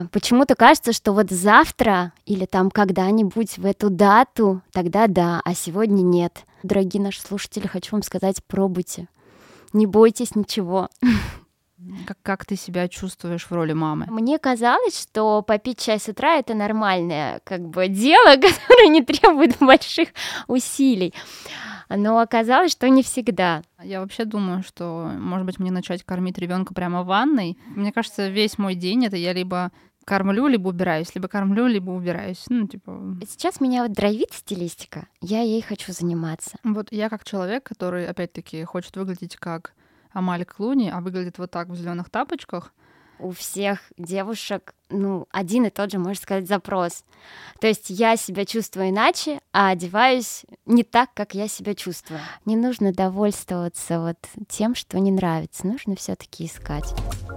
Почему-то кажется, что вот завтра или там когда-нибудь в эту дату, тогда да, а сегодня нет. Дорогие наши слушатели, хочу вам сказать, пробуйте. Не бойтесь ничего. Как ты себя чувствуешь в роли мамы? Мне казалось, что попить чай с утра — это нормальное дело, которое не требует больших усилий. Но оказалось, что не всегда. Я вообще думаю, что, может быть, мне начать кормить ребенка прямо в ванной. Мне кажется, весь мой день это я либо кормлю, либо убираюсь, либо кормлю, либо убираюсь. Сейчас меня драйвит стилистика, я ей хочу заниматься. Вот я как человек, который, опять-таки, хочет выглядеть как Амаль Клуни, а выглядит вот так в зеленых тапочках. У всех девушек, один и тот же, можно сказать, запрос. То есть я себя чувствую иначе, а одеваюсь не так, как я себя чувствую. Не нужно довольствоваться тем, что не нравится. Нужно все-таки искать.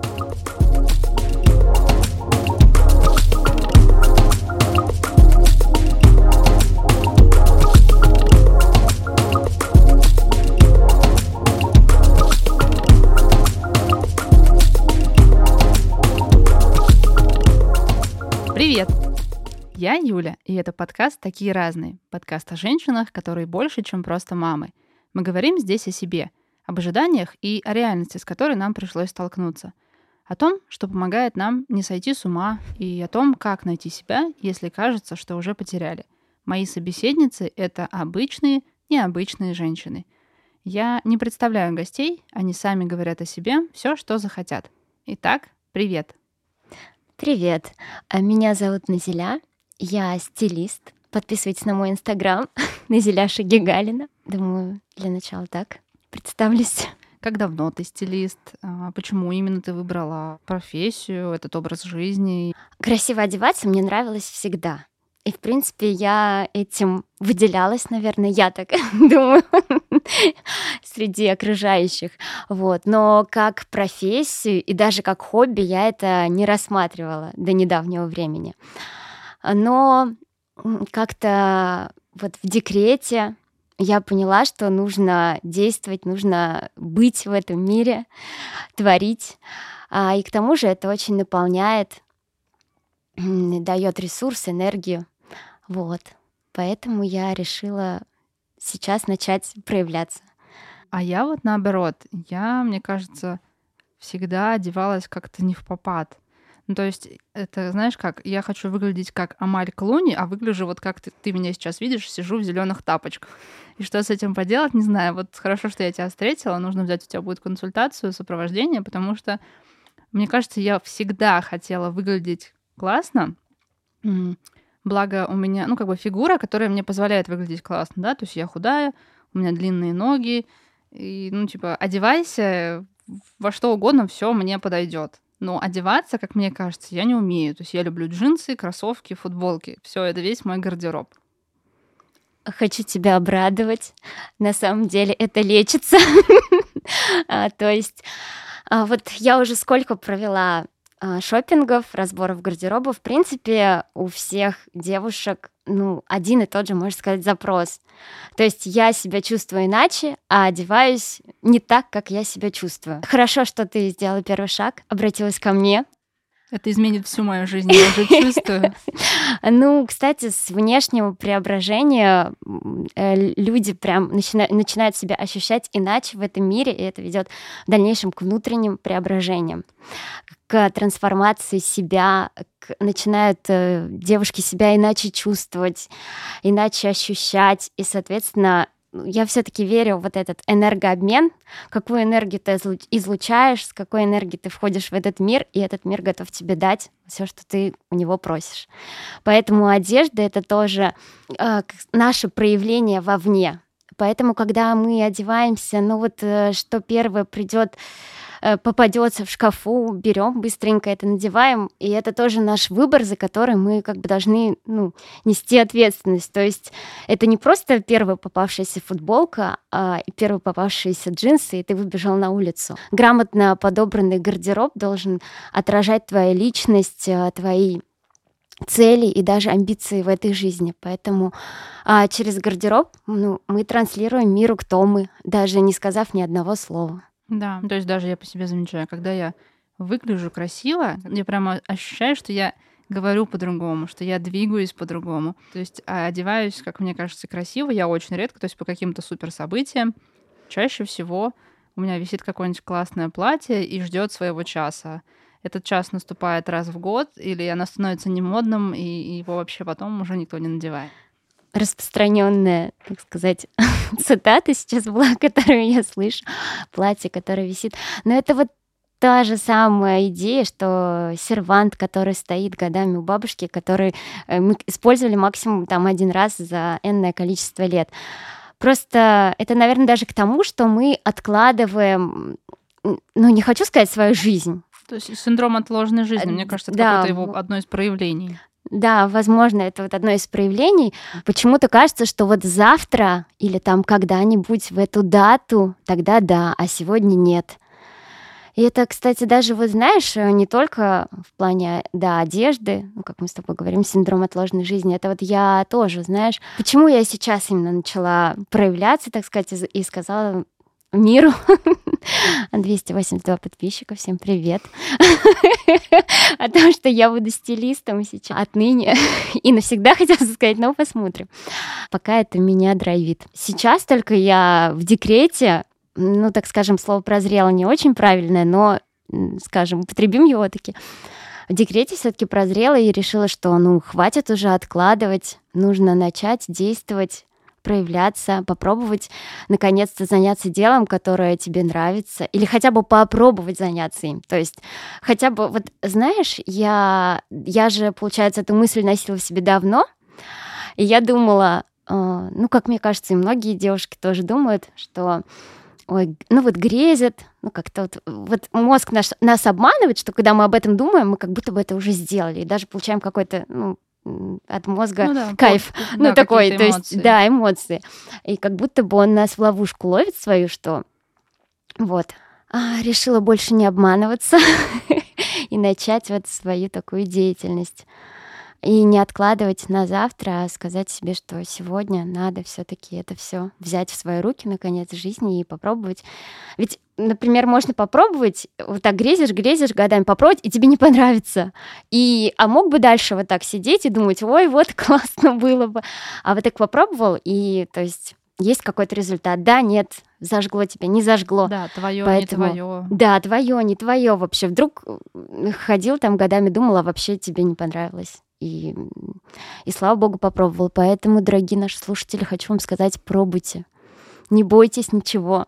Привет! Я Юля, и это подкаст «Такие разные». Подкаст о женщинах, которые больше, чем просто мамы. Мы говорим здесь о себе, об ожиданиях и о реальности, с которой нам пришлось столкнуться. О том, что помогает нам не сойти с ума, и о том, как найти себя, если кажется, что уже потеряли. Мои собеседницы — это обычные, необычные женщины. Я не представляю гостей, они сами говорят о себе все, что захотят. Итак, привет! Привет! Меня зовут Назиля, я стилист. Подписывайтесь на мой инстаграм, Назиля Шагигалина. Думаю, для начала так представлюсь. Как давно ты стилист? Почему именно ты выбрала профессию, этот образ жизни? Красиво одеваться мне нравилось всегда. И, в принципе, я этим выделялась, наверное, я так думаю, среди окружающих. Но как профессию и даже как хобби я это не рассматривала до недавнего времени. Но как-то в декрете я поняла, что нужно действовать, нужно быть в этом мире, творить. И к тому же это очень наполняет, дает ресурс, энергию. Поэтому я решила сейчас начать проявляться. А я наоборот, мне кажется, всегда одевалась как-то не впопад. То есть это, знаешь как, я хочу выглядеть как Амаль Клуни, а выгляжу как ты меня сейчас видишь, сижу в зеленых тапочках. И что с этим поделать, не знаю. Хорошо, что я тебя встретила, нужно взять у тебя будет консультацию, сопровождение, потому что, мне кажется, я всегда хотела выглядеть классно. Благо у меня, фигура, которая мне позволяет выглядеть классно, да, то есть я худая, у меня длинные ноги, и, одевайся во что угодно, все мне подойдет. Но одеваться, как мне кажется, я не умею. То есть я люблю джинсы, кроссовки, футболки. Все, это весь мой гардероб. Хочу тебя обрадовать. На самом деле это лечится. То есть я уже сколько провела шопингов, разборов гардероба. В принципе, у всех девушек один и тот же, можно сказать, запрос. То есть я себя чувствую иначе, а одеваюсь не так, как я себя чувствую. Хорошо, что ты сделала первый шаг, обратилась ко мне. Это изменит всю мою жизнь, я уже чувствую. Кстати, с внешнего преображения люди прям начинают себя ощущать иначе в этом мире, и это ведет в дальнейшем к внутренним преображениям, к трансформации себя, начинают девушки себя иначе чувствовать, иначе ощущать, и, соответственно, я все-таки верю в этот энергообмен, какую энергию ты излучаешь, с какой энергией ты входишь в этот мир, и этот мир готов тебе дать все, что ты у него просишь. Поэтому одежда — это тоже наше проявление вовне. Поэтому, когда мы одеваемся, что первое придет, попадется в шкафу, берем быстренько это, надеваем, и это тоже наш выбор, за который мы должны нести ответственность. То есть это не просто первая попавшаяся футболка, а первая попавшиеся джинсы, и ты выбежал на улицу. Грамотно подобранный гардероб должен отражать твою личность, твои цели и даже амбиции в этой жизни. Поэтому через гардероб мы транслируем миру, кто мы, даже не сказав ни одного слова. Да, то есть даже я по себе замечаю, когда я выгляжу красиво, я прямо ощущаю, что я говорю по-другому, что я двигаюсь по-другому. То есть одеваюсь, как мне кажется, красиво. Я очень редко, то есть по каким-то суперсобытиям. Чаще всего у меня висит какое-нибудь классное платье и ждет своего часа. Этот час наступает раз в год, или оно становится немодным, и его вообще потом уже никто не надевает. Распространенная, так сказать, цитата сейчас была, которую я слышу. Платье, которое висит. Но это вот та же самая идея, что сервант, который стоит годами у бабушки, который мы использовали максимум там один раз за энное количество лет. Просто это, наверное, даже к тому, что мы откладываем, ну, не хочу сказать свою жизнь. То есть синдром отложенной жизни, мне кажется, это какое-то его одно из проявлений. Да, возможно, это вот одно из проявлений. Почему-то кажется, что вот завтра или там когда-нибудь в эту дату, тогда да, а сегодня нет. И это, кстати, даже, вот знаешь, не только в плане, да, одежды, ну, как мы с тобой говорим, синдром отложенной жизни, это вот я тоже, знаешь, почему я сейчас именно начала проявляться, так сказать, и сказала миру, 282 подписчика, всем привет, о том, что я буду стилистом сейчас отныне и навсегда, хотела сказать, но посмотрим. Пока это меня драйвит. Сейчас только я в декрете, ну, так скажем, слово «прозрела» не очень правильное, но, скажем, употребим его таки. В декрете все-таки прозрела и решила, что, ну, хватит уже откладывать, нужно начать действовать, проявляться, попробовать наконец-то заняться делом, которое тебе нравится, или хотя бы попробовать заняться им. То есть хотя бы, вот знаешь, я же, получается, эту мысль носила в себе давно, и я думала, ну, как мне кажется, и многие девушки тоже думают, что ой, ну вот грезят, ну как-то вот мозг нас обманывает, что когда мы об этом думаем, мы как будто бы это уже сделали, и даже получаем какой-то, ну, от мозга кайф, ну да, такой, то есть, да, эмоции. И как будто бы он нас в ловушку ловит свою, что вот, решила больше не обманываться и начать вот свою такую деятельность. И не откладывать на завтра, а сказать себе, что сегодня надо все-таки это все взять в свои руки, наконец, в жизни и попробовать. Ведь, например, можно попробовать, вот так грезишь годами, попробовать, и тебе не понравится. А мог бы дальше вот так сидеть и думать, ой, вот классно было бы. А вот так попробовал, и, то есть какой-то результат. Да, нет, зажгло тебя, не зажгло. Да, твое, поэтому, не твое. Да, твое, не твое вообще. Вдруг ходил там годами, думал, а вообще тебе не понравилось. И слава богу, попробовала. Поэтому, дорогие наши слушатели, хочу вам сказать, пробуйте. Не бойтесь ничего.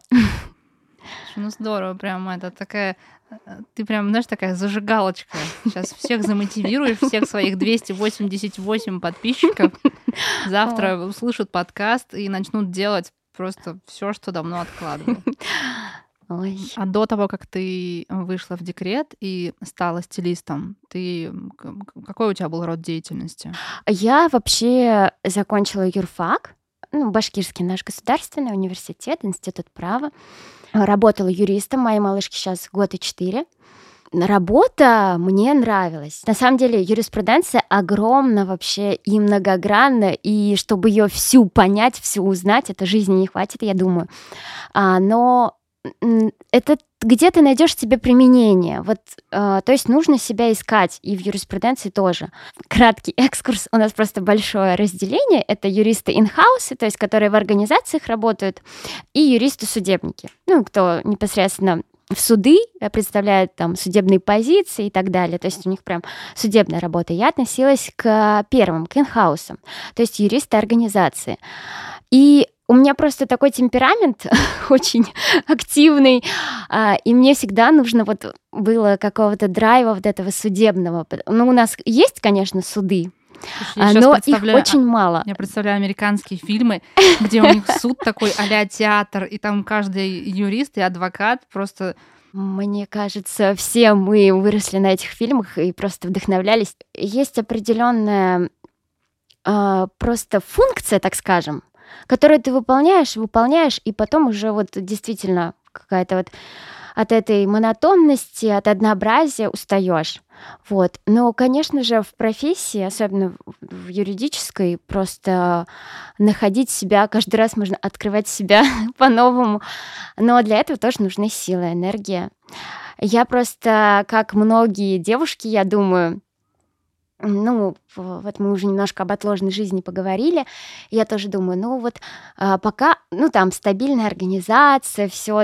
Ну здорово, прям это такая... Ты прям, знаешь, такая зажигалочка. Сейчас всех замотивируешь, всех своих 288 подписчиков завтра услышат подкаст и начнут делать просто все, что давно откладывали. Ой. А до того, как ты вышла в декрет и стала стилистом, какой у тебя был род деятельности? Я вообще закончила юрфак, Башкирский наш государственный университет, институт права. Работала юристом, моей малышке сейчас 1 год и 4. Работа мне нравилась. На самом деле юриспруденция огромна вообще и многогранна, и чтобы ее всю понять, всю узнать, это жизни не хватит, я думаю. Но это где ты найдешь себе применение. Вот, то есть нужно себя искать, и в юриспруденции тоже. Краткий экскурс. У нас просто большое разделение. Это юристы in-house, то есть которые в организациях работают, и юристы-судебники. Ну, кто непосредственно в суды представляют там судебные позиции и так далее. То есть у них прям судебная работа. Я относилась к первым, к in-house, то есть юристы организации. И у меня просто такой темперамент очень активный, и мне всегда нужно вот было какого-то драйва вот этого судебного. Ну, у нас есть, конечно, суды, но их очень мало. Я представляю американские фильмы, где у них суд такой а-ля театр, и там каждый юрист и адвокат просто... Мне кажется, все мы выросли на этих фильмах и просто вдохновлялись. Есть определенная просто функция, так скажем, которую ты выполняешь, и потом уже вот действительно какая-то вот от этой монотонности, от однообразия устаешь. Вот. Но, конечно же, в профессии, особенно в юридической, просто находить себя, каждый раз можно открывать себя по-новому. Но для этого тоже нужны силы, энергия. Я просто, как многие девушки, я думаю, ну, вот мы уже немножко об отложенной жизни поговорили. Я тоже думаю, ну вот пока, ну там стабильная организация, все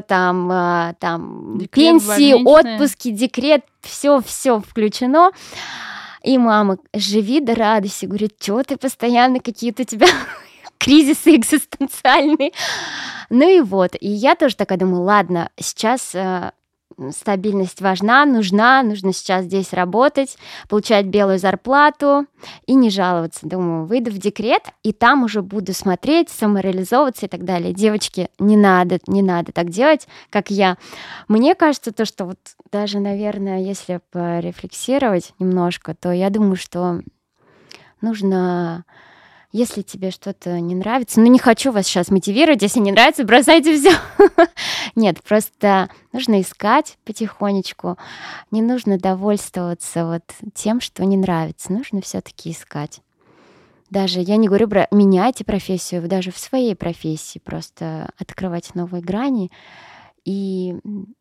там Декрет, пенсии, больничные. отпуски, декрет, все включено. И мама, живи да радуйся, говорит, что ты постоянно какие-то у тебя кризисы экзистенциальные. Ну и вот, и я тоже такая думаю, ладно, сейчас стабильность важна, нужно сейчас здесь работать, получать белую зарплату и не жаловаться. Думаю, выйду в декрет, и там уже буду смотреть, самореализовываться и так далее. Девочки, не надо так делать, как я. Мне кажется, то, что вот даже, наверное, если порефлексировать немножко, то я думаю, что нужно... Если тебе что-то не нравится, ну не хочу вас сейчас мотивировать, если не нравится, бросайте все. Нет, просто нужно искать потихонечку. Не нужно довольствоваться вот тем, что не нравится. Нужно все-таки искать. Даже я не говорю про меняйте профессию, даже в своей профессии просто открывать новые грани. И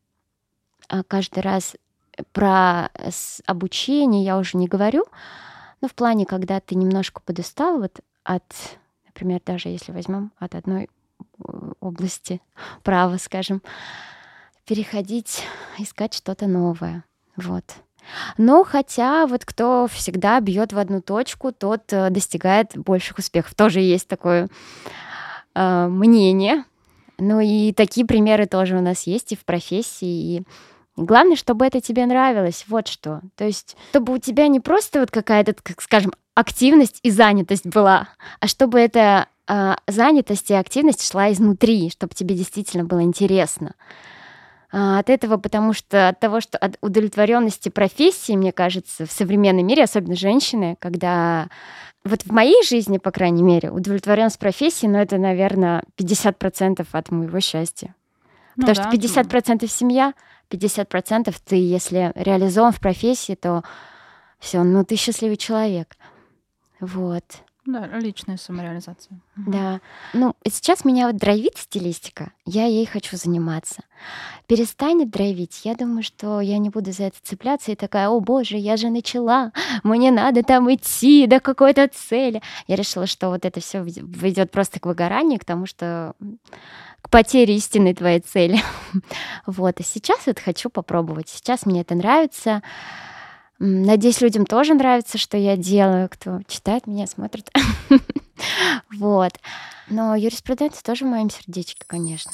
каждый раз про обучение я уже не говорю, но в плане, когда ты немножко подустал вот от, например, даже если возьмем от одной области права, скажем, переходить, искать что-то новое. Вот. Но хотя вот кто всегда бьет в одну точку, тот достигает больших успехов. Тоже есть такое мнение. Ну и такие примеры тоже у нас есть и в профессии. И главное, чтобы это тебе нравилось. Вот что. То есть, чтобы у тебя не просто вот какая-то, как скажем, активность и занятость была, а чтобы эта занятость и активность шла изнутри, чтобы тебе действительно было интересно. От этого, потому что от того, что от удовлетворенности профессии, мне кажется, в современном мире, особенно женщины, когда вот в моей жизни, по крайней мере, удовлетворенность профессии, ну, это, наверное, 50% от моего счастья. Ну, Потому что 50% семья, 50% ты, если реализован в профессии, то все, ну, ты счастливый человек. Вот. Да, личная самореализация. Да. Ну, сейчас меня вот драйвит стилистика, я ей хочу заниматься. Перестанет драйвить, я думаю, что я не буду за это цепляться и такая, о боже, я же начала, мне надо там идти до какой-то цели. Я решила, что вот это все ведет просто к выгоранию, к тому, что к потере истинной твоей цели. Вот, и сейчас вот хочу попробовать. Сейчас мне это нравится. Надеюсь, людям тоже нравится, что я делаю, кто читает меня, смотрит. Вот. Но юриспруденция тоже в моем сердечке, конечно.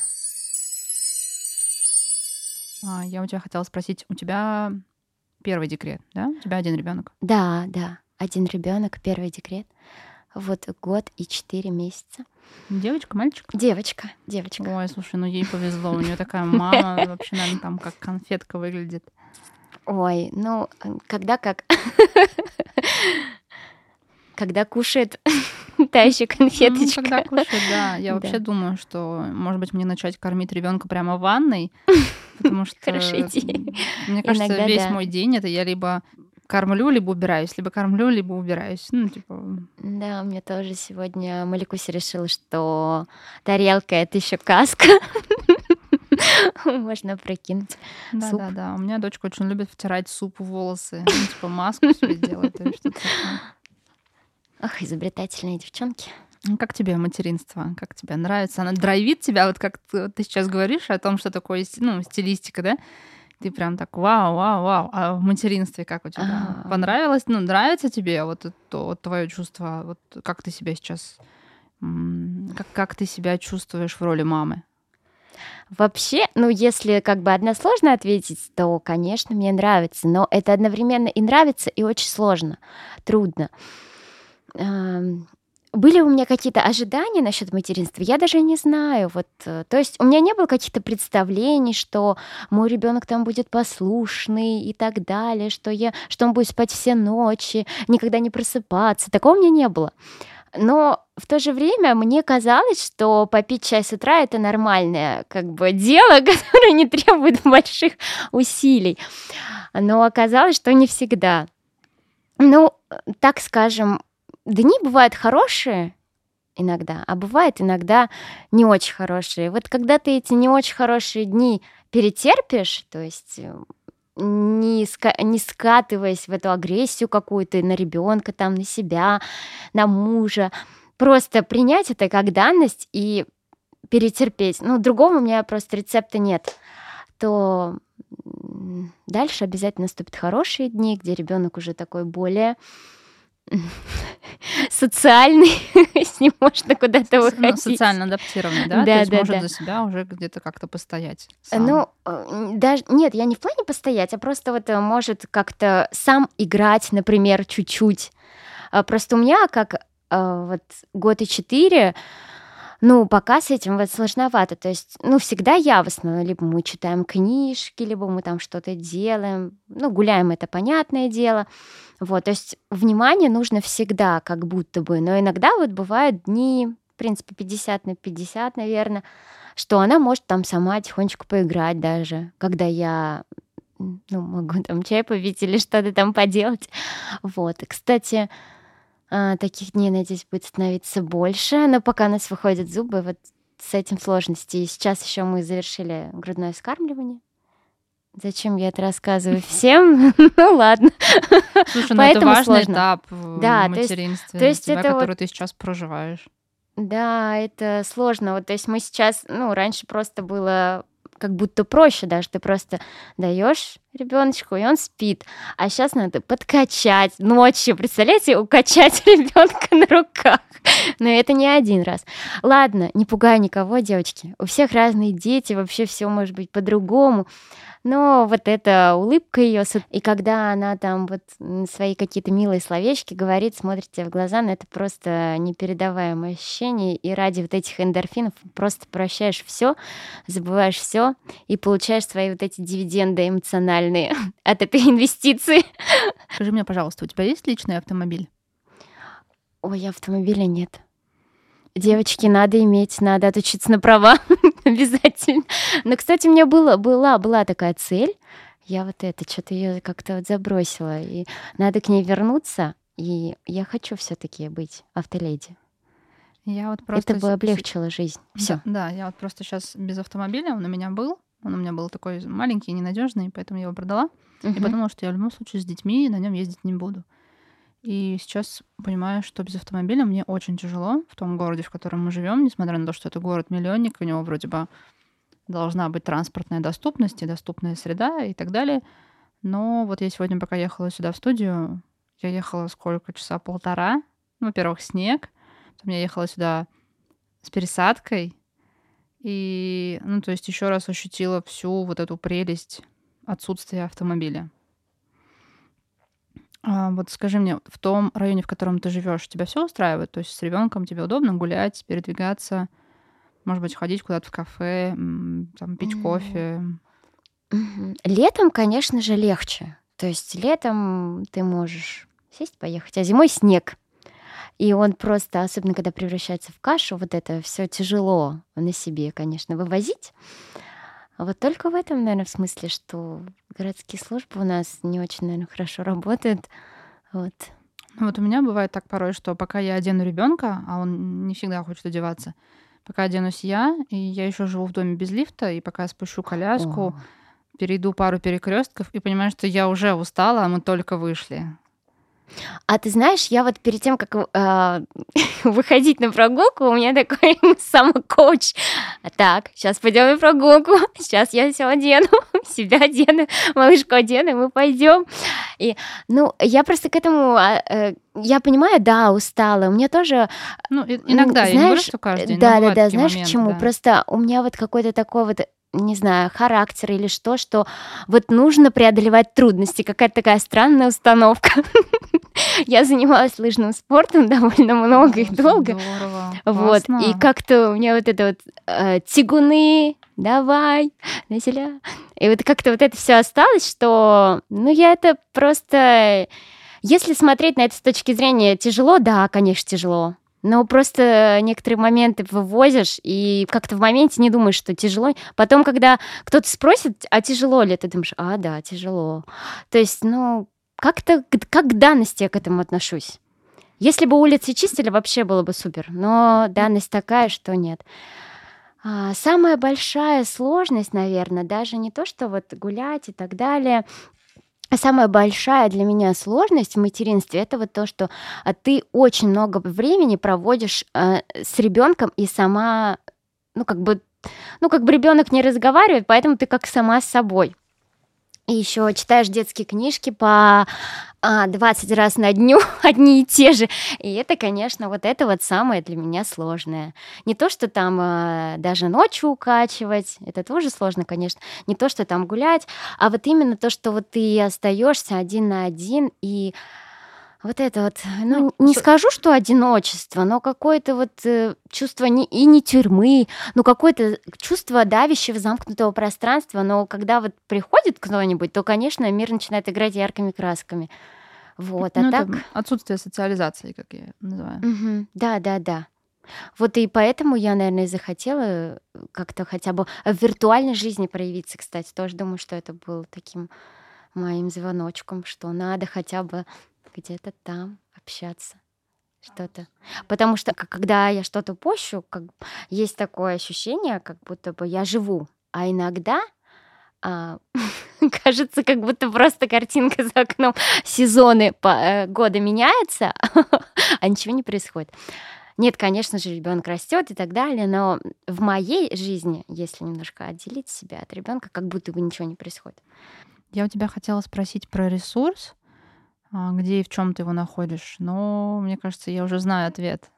Я у тебя хотела спросить, у тебя первый декрет, да? У тебя один ребенок? Да, один ребенок, первый декрет. Вот 1 год и 4 месяца. Девочка, мальчик? Девочка. Ой, слушай, ну ей повезло, у нее такая мама, вообще, наверное, там как конфетка выглядит. Ой, ну, когда как. Когда кушает, та еще конфеточка. Когда кушает, да. Я вообще думаю, что, может быть, мне начать кормить ребенка прямо в ванной, потому что, Хорошая идея. мне кажется, Иногда весь да. мой день это я либо кормлю, либо убираюсь, либо кормлю, либо убираюсь. Ну, типа... Да, у меня тоже сегодня Маликуся решила, что тарелка — это еще каска. Можно прокинуть суп. Да. У меня дочка очень любит втирать суп в волосы. Ну, типа маску себе делает или что-то такое. Ах, изобретательные девчонки. Как тебе материнство? Как тебе нравится? Она драйвит тебя, вот как ты сейчас говоришь о том, что такое, ну, стилистика, да? Ты прям так вау. А в материнстве как у тебя? Понравилось? Ну, нравится тебе вот твое чувство? Вот как ты себя сейчас... Как ты себя чувствуешь в роли мамы? Вообще, ну, если как бы односложно ответить, то, конечно, мне нравится. Но это одновременно и нравится, и очень сложно, трудно. Были у меня какие-то ожидания насчет материнства? Я даже не знаю. Вот, то есть у меня не было каких-то представлений, что мой ребенок там будет послушный и так далее, что он будет спать все ночи, никогда не просыпаться. Такого у меня не было. Но в то же время мне казалось, что попить чай с утра — это нормальное как бы дело, которое не требует больших усилий. Но оказалось, что не всегда. Ну, так скажем, дни бывают хорошие иногда, а бывают иногда не очень хорошие. Вот когда ты эти не очень хорошие дни перетерпишь, то есть не скатываясь в эту агрессию какую-то на ребенка, там, на себя, на мужа. Просто принять это как данность и перетерпеть. Ну, другого у меня просто рецепта нет. То дальше обязательно наступят хорошие дни, где ребенок уже такой более социальный, с ним можно куда-то выходить. Социально адаптированный, да? То есть может за себя уже где-то как-то постоять сам. Ну, даже нет, я не в плане постоять, а просто вот может как-то сам играть, например, чуть-чуть. Просто у меня как вот год и 4, ну, пока с этим вот сложновато. То есть, ну, всегда я в основном, либо мы читаем книжки, либо мы там что-то делаем. Ну, гуляем, это понятное дело. Вот, то есть внимание нужно всегда, как будто бы. Но иногда вот бывают дни, в принципе, 50/50, наверное, что она может там сама тихонечко поиграть даже, когда я, ну, могу там чай попить или что-то там поделать. Вот, и, кстати, таких дней, надеюсь, будет становиться больше, но пока у нас выходят зубы, вот с этим сложности. И сейчас еще мы завершили грудное вскармливание. Зачем я это рассказываю всем? Ну ладно. Слушай, ну это важный этап в материнстве, то есть тебя, это который вот, ты сейчас проживаешь. да, это сложно. Вот, то есть мы сейчас, ну, раньше просто было как будто проще даже. Ты просто даешь ребеночку, и он спит. А сейчас надо подкачать ночью. Представляете, укачать ребенка на руках. Но это не один раз. Ладно, не пугай никого, девочки. У всех разные дети, вообще все может быть по-другому. Но вот эта улыбка ее, и когда она там вот свои какие-то милые словечки говорит, смотрит тебе в глаза, ну это просто непередаваемое ощущение. И ради вот этих эндорфинов просто прощаешь все, забываешь все и получаешь свои вот эти дивиденды эмоциональные от этой инвестиции. Скажи мне, пожалуйста, у тебя есть личный автомобиль? Ой, автомобиля нет. Девочки, надо иметь, надо отучиться на права обязательно. Но, кстати, у меня была такая цель. Я вот что-то ее как-то вот забросила. И надо к ней вернуться. И я хочу все-таки быть автоледи. Я вот просто... Это бы облегчило жизнь. Все. Да, я вот просто сейчас без автомобиля, он у меня был такой маленький, ненадежный, поэтому я его продала. И подумала, что я в любом случае с детьми на нем ездить не буду. И сейчас понимаю, что без автомобиля мне очень тяжело в том городе, в котором мы живем, несмотря на то, что это город-миллионник, у него вроде бы должна быть транспортная доступность и доступная среда и так далее. Но вот я сегодня, пока ехала сюда в студию, я ехала сколько? Часа полтора. Ну, во-первых, снег. Потом я ехала сюда с пересадкой. И, ну, то есть еще раз ощутила всю вот эту прелесть отсутствия автомобиля. Вот скажи мне, в том районе, в котором ты живешь, тебя все устраивает? То есть с ребенком тебе удобно гулять, передвигаться, может быть, ходить куда-то в кафе, там, пить кофе? Летом, конечно же, легче. То есть летом ты можешь сесть, поехать, а зимой снег. И он просто, особенно когда превращается в кашу, вот это все тяжело на себе, конечно, вывозить. А вот только в этом, наверное, в смысле, что городские службы у нас не очень, наверное, хорошо работают. Вот. Вот у меня бывает так порой, что пока я одену ребенка, а он не всегда хочет одеваться, пока оденусь я, и я еще живу в доме без лифта, и пока я спущу коляску, перейду пару перекрестков и понимаю, что я уже устала, а мы только вышли. А ты знаешь, я вот перед тем, как выходить на прогулку, у меня такой самокоуч. Так, сейчас пойдем на прогулку, сейчас я все одену, себя одену, малышку одену, и мы пойдем. И, ну, я просто к этому, я понимаю, да, устала. У меня тоже... Ну, иногда, знаешь, я не говорю, что каждый день. Да, знаешь, моменты, почему? Да. Просто у меня вот какой-то такой вот, не знаю, характер или что вот нужно преодолевать трудности. Какая-то такая странная установка. Я занималась лыжным спортом довольно много и долго. Здорово. Вот. И как-то у меня вот это вот тягуны, давай, на селя. И вот как-то вот это все осталось, что, ну, я это просто... Если смотреть на это с точки зрения тяжело, да, конечно, тяжело. Но просто некоторые моменты вывозишь, и как-то в моменте не думаешь, что тяжело. Потом, когда кто-то спросит, а тяжело ли, ты думаешь, да, тяжело. То есть, ну, как-то, как к данности я к этому отношусь. Если бы улицы чистили, вообще было бы супер. Но данность такая, что нет. Самая большая сложность, наверное, даже не то, что вот гулять и так далее. Самая большая для меня сложность в материнстве это вот то, что ты очень много времени проводишь с ребенком и сама, ну как бы ребенок не разговаривает, поэтому ты как сама с собой. И еще читаешь детские книжки по 20 раз на дню, одни и те же. И это, конечно, вот это вот самое для меня сложное. Не то, что там даже ночью укачивать, это тоже сложно, конечно. Не то, что там гулять, а вот именно то, что вот ты остаешься один на один, и вот это вот, Ну, не скажу, что одиночество, но какое-то вот чувство не тюрьмы, но какое-то чувство давящего замкнутого пространства. Но когда вот приходит кто-нибудь, то, конечно, мир начинает играть яркими красками. Вот, а ну, так... это отсутствие социализации, как я называю. Да. Вот и поэтому я, наверное, и захотела как-то хотя бы в виртуальной жизни проявиться, кстати. Тоже думаю, что это было таким моим звоночком, что надо хотя бы где-то там общаться, что-то. Потому что когда я что-то пощу, есть такое ощущение, как будто бы я живу, а иногда а, кажется, как будто просто картинка за окном, сезоны года меняются, а ничего не происходит. Нет, конечно же, ребенок растет и так далее, но в моей жизни, если немножко отделить себя от ребенка, как будто бы ничего не происходит. Я у тебя хотела спросить про ресурс, где и в чем ты его находишь, но мне кажется, я уже знаю ответ.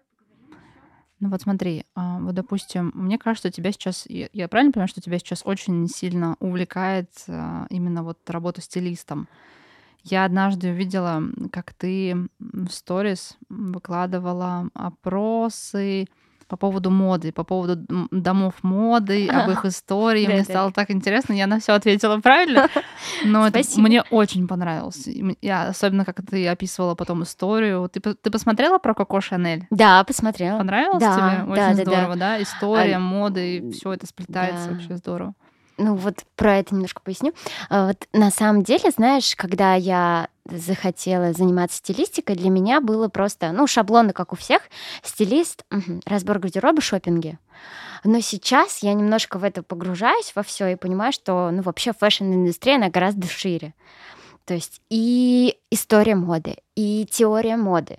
Ну вот смотри, вот допустим, мне кажется, тебя сейчас, я правильно понимаю, что тебя сейчас очень сильно увлекает именно вот работа стилистом? Я однажды увидела, как ты в сторис выкладывала опросы по поводу моды, по поводу домов моды, об их истории. Мне Да-да. стало так интересно, я на все ответила правильно. Но это Спасибо. мне очень понравилось. Особенно, как ты описывала потом историю. Ты посмотрела про Коко Шанель? Да, посмотрела. Понравилось Да, тебе? да, Очень да, да. здорово, да? История, моды, все это сплетается, Да. вообще здорово. Ну вот про это немножко поясню. Вот на самом деле, знаешь, когда я захотела заниматься стилистикой, для меня было просто, шаблоны, как у всех, стилист, разбор гардероба, шопинги. Но сейчас я немножко в это погружаюсь во все и понимаю, что, вообще фэшн-индустрия, она гораздо шире. То есть и история моды, и теория моды,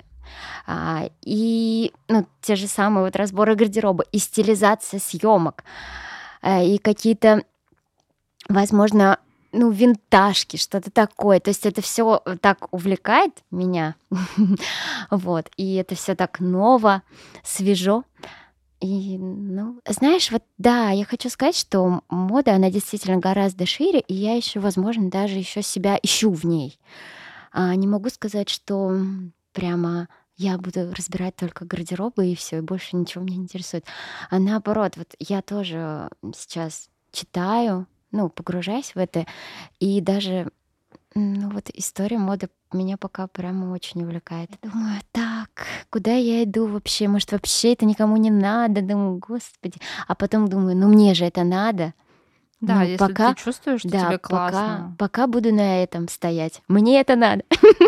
и те же самые вот разборы гардероба, и стилизация съемок, и какие-то, возможно, винтажки, что-то такое. То есть это все так увлекает меня. Вот. И это все так ново, свежо. И, знаешь, вот да, я хочу сказать, что мода, она действительно гораздо шире, и я еще, возможно, даже еще себя ищу в ней. Не могу сказать, что прямо я буду разбирать только гардеробы и все, и больше ничего меня не интересует. А наоборот, вот я тоже сейчас читаю, погружаюсь в это, и даже, вот история моды меня пока прямо очень увлекает. Думаю, так, куда я иду вообще? Может, вообще это никому не надо? Думаю, господи. А потом думаю, мне же это надо. Да, если пока, ты чувствуешь, что да, тебе пока, классно. пока буду на этом стоять. Мне это надо.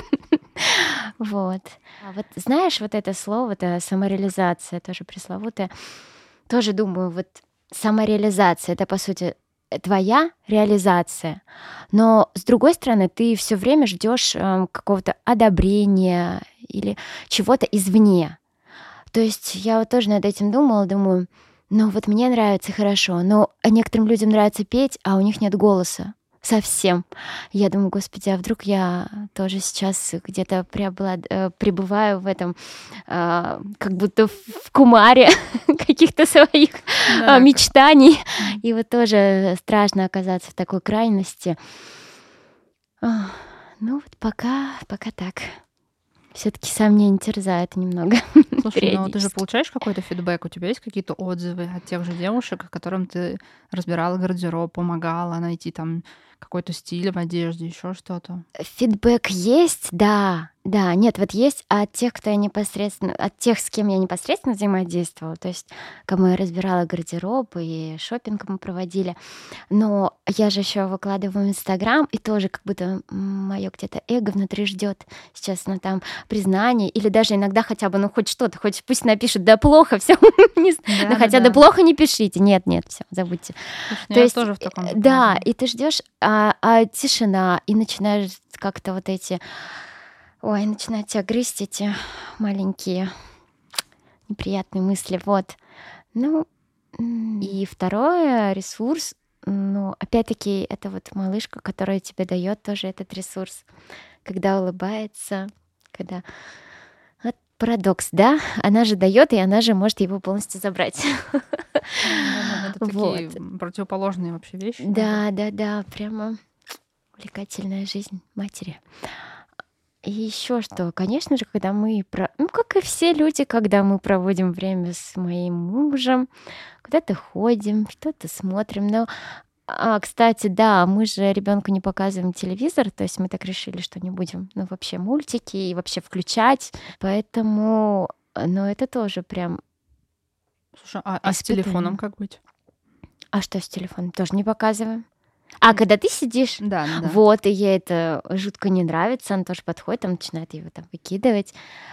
Вот. А вот знаешь, вот это слово, это самореализация, тоже пресловутая. Тоже думаю, вот самореализация — это, по сути, твоя реализация. Но, с другой стороны, ты все время ждешь какого-то одобрения или чего-то извне. То есть я вот тоже над этим думаю, вот мне нравится хорошо, но некоторым людям нравится петь, а у них нет голоса. Совсем. Я думаю, господи, а вдруг я тоже сейчас где-то пребываю в этом, как будто в кумаре каких-то своих Да, мечтаний. И вот тоже страшно оказаться в такой крайности. Вот пока так. Все-таки сомнения терзают немного. Слушай, ну ты же периодически. получаешь какой-то фидбэк? У тебя есть какие-то отзывы от тех же девушек, которым ты разбирала гардероб, помогала найти там какой-то стиль в одежде, еще что-то? Фидбэк есть, да, да, нет, вот есть от тех, кто я непосредственно, от тех, с кем я непосредственно взаимодействовала, то есть кому я разбирала гардероб и шопинг мы проводили, но я же еще выкладываю в Инстаграм, и тоже как будто мое где-то эго внутри ждет сейчас, ну там признание, или даже иногда хотя бы, ну хоть что-то, хоть пусть напишут, да плохо, все, ну хотя да плохо не пишите, нет, все, забудьте. То Я есть, тоже в таком же да, положении. и ты ждешь, а тишина, и начинаешь как-то вот эти, ой, начинают тебя грызть эти маленькие неприятные мысли, вот. Ну, и второе, ресурс, ну, опять-таки, это вот малышка, которая тебе дает тоже этот ресурс, когда улыбается, когда... Вот парадокс, да? Она же дает, и она же может его полностью забрать. Да, это такие противоположные вообще вещи. Да, прямо увлекательная жизнь матери. И еще что, конечно же, когда мы, ну, как и все люди, когда мы проводим время с моим мужем, куда-то ходим, что-то смотрим. Но, кстати, да, мы же ребенку не показываем телевизор, то есть мы так решили, что не будем, ну, вообще мультики и вообще включать. Поэтому, ну, это тоже прям Слушай, а с телефоном как быть? А что с телефоном? Тоже не показываем. А когда ты сидишь, Да. вот, и ей это жутко не нравится, она тоже подходит, там начинает его там выкидывать.